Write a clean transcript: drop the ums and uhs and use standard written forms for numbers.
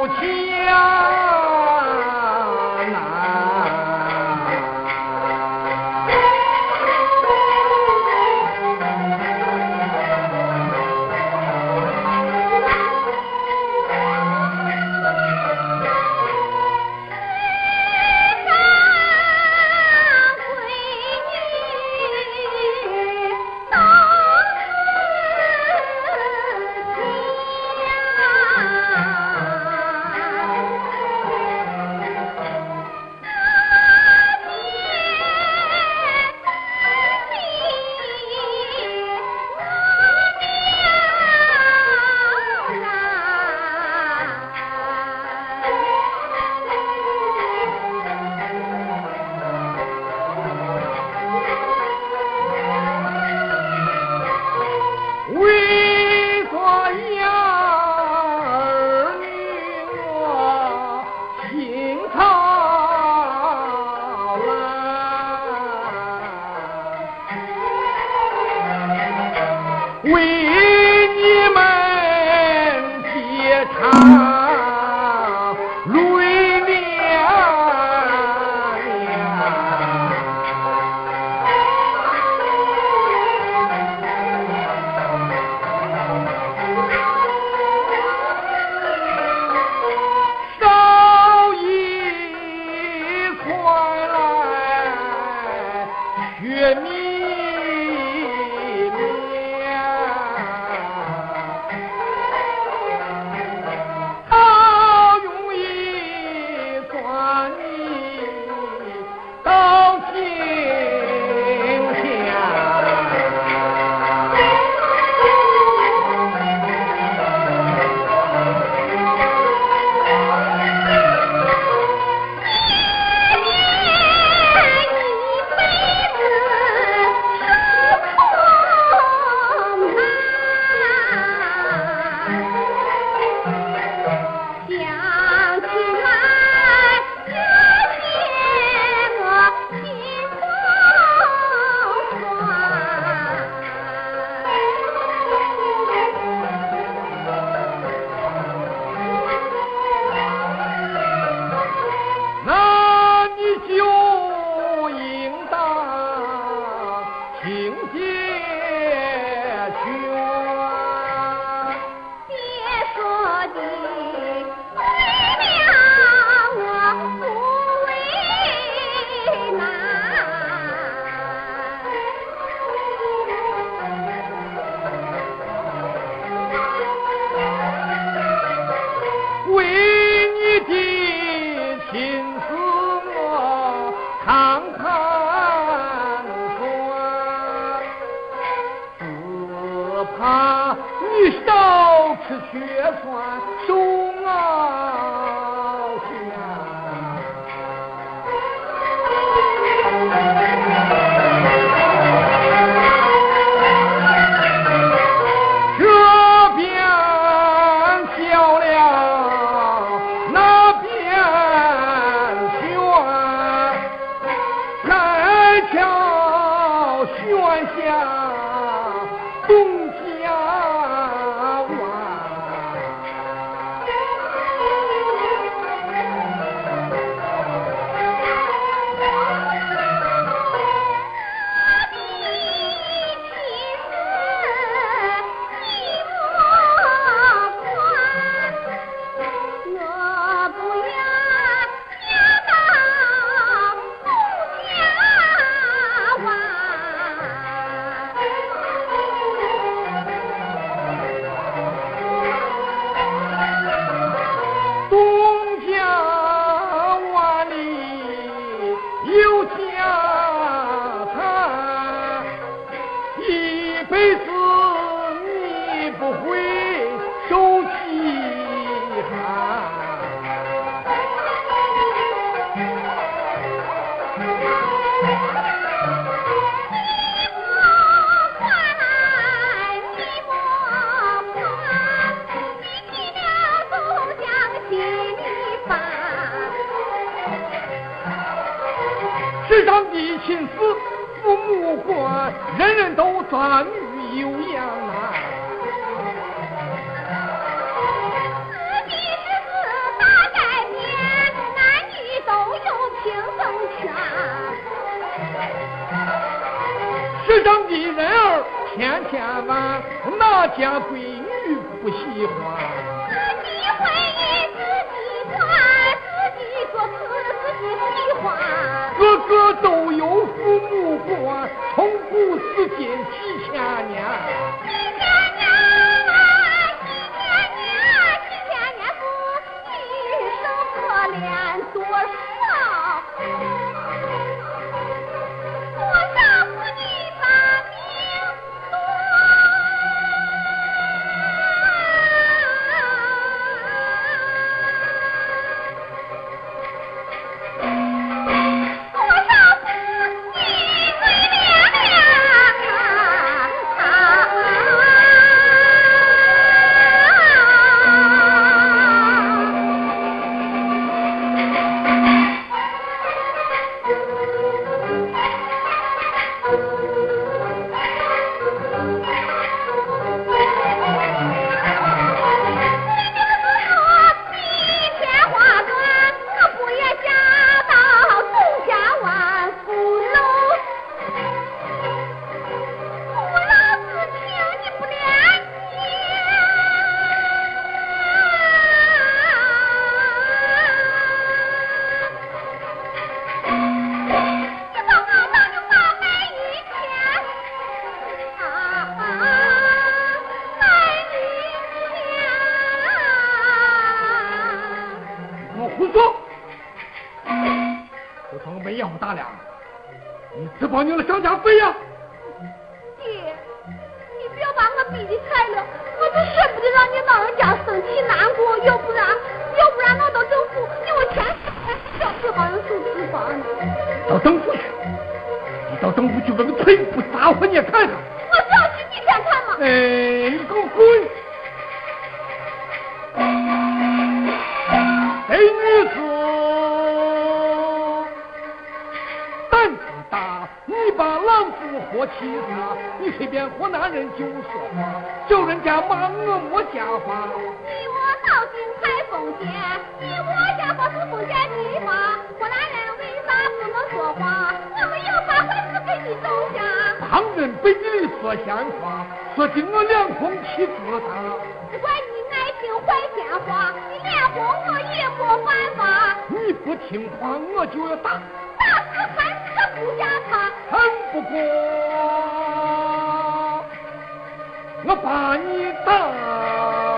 世上的亲死父母官，人人都赞誉有扬啊。 自己是自千千万，哪家闺女不喜欢？ 自己会意，自己管，自己做事自己喜欢。 个个都有父母管，从古至今几千年。 几千年啊，几千年不一生可怜多少？多少妇女把命这帮牛的上家肥呀！ 爹，你不要把我逼的惨了，我就舍不得让你老人家生气难过，要不然我到政府，你我钱小这帮人受处罚呢。 到政府去，你到政府去把个腿不撒回你也看看。 我是要去地检看吗？ 你给我滚！这女子胆子大，你把老子活气死，你随便和男人就说话，叫人家骂我没家法。 你我到金开封县，你我家法是封建地法，和男人为啥不能说话？我们有法会是给你种下。 旁人被你说闲话，说进我两空气疙瘩。 只怪你爱听坏闲话，你脸红我也没办法。 你不听话我就要打， 打死还是不家他。 恨不过我把你打。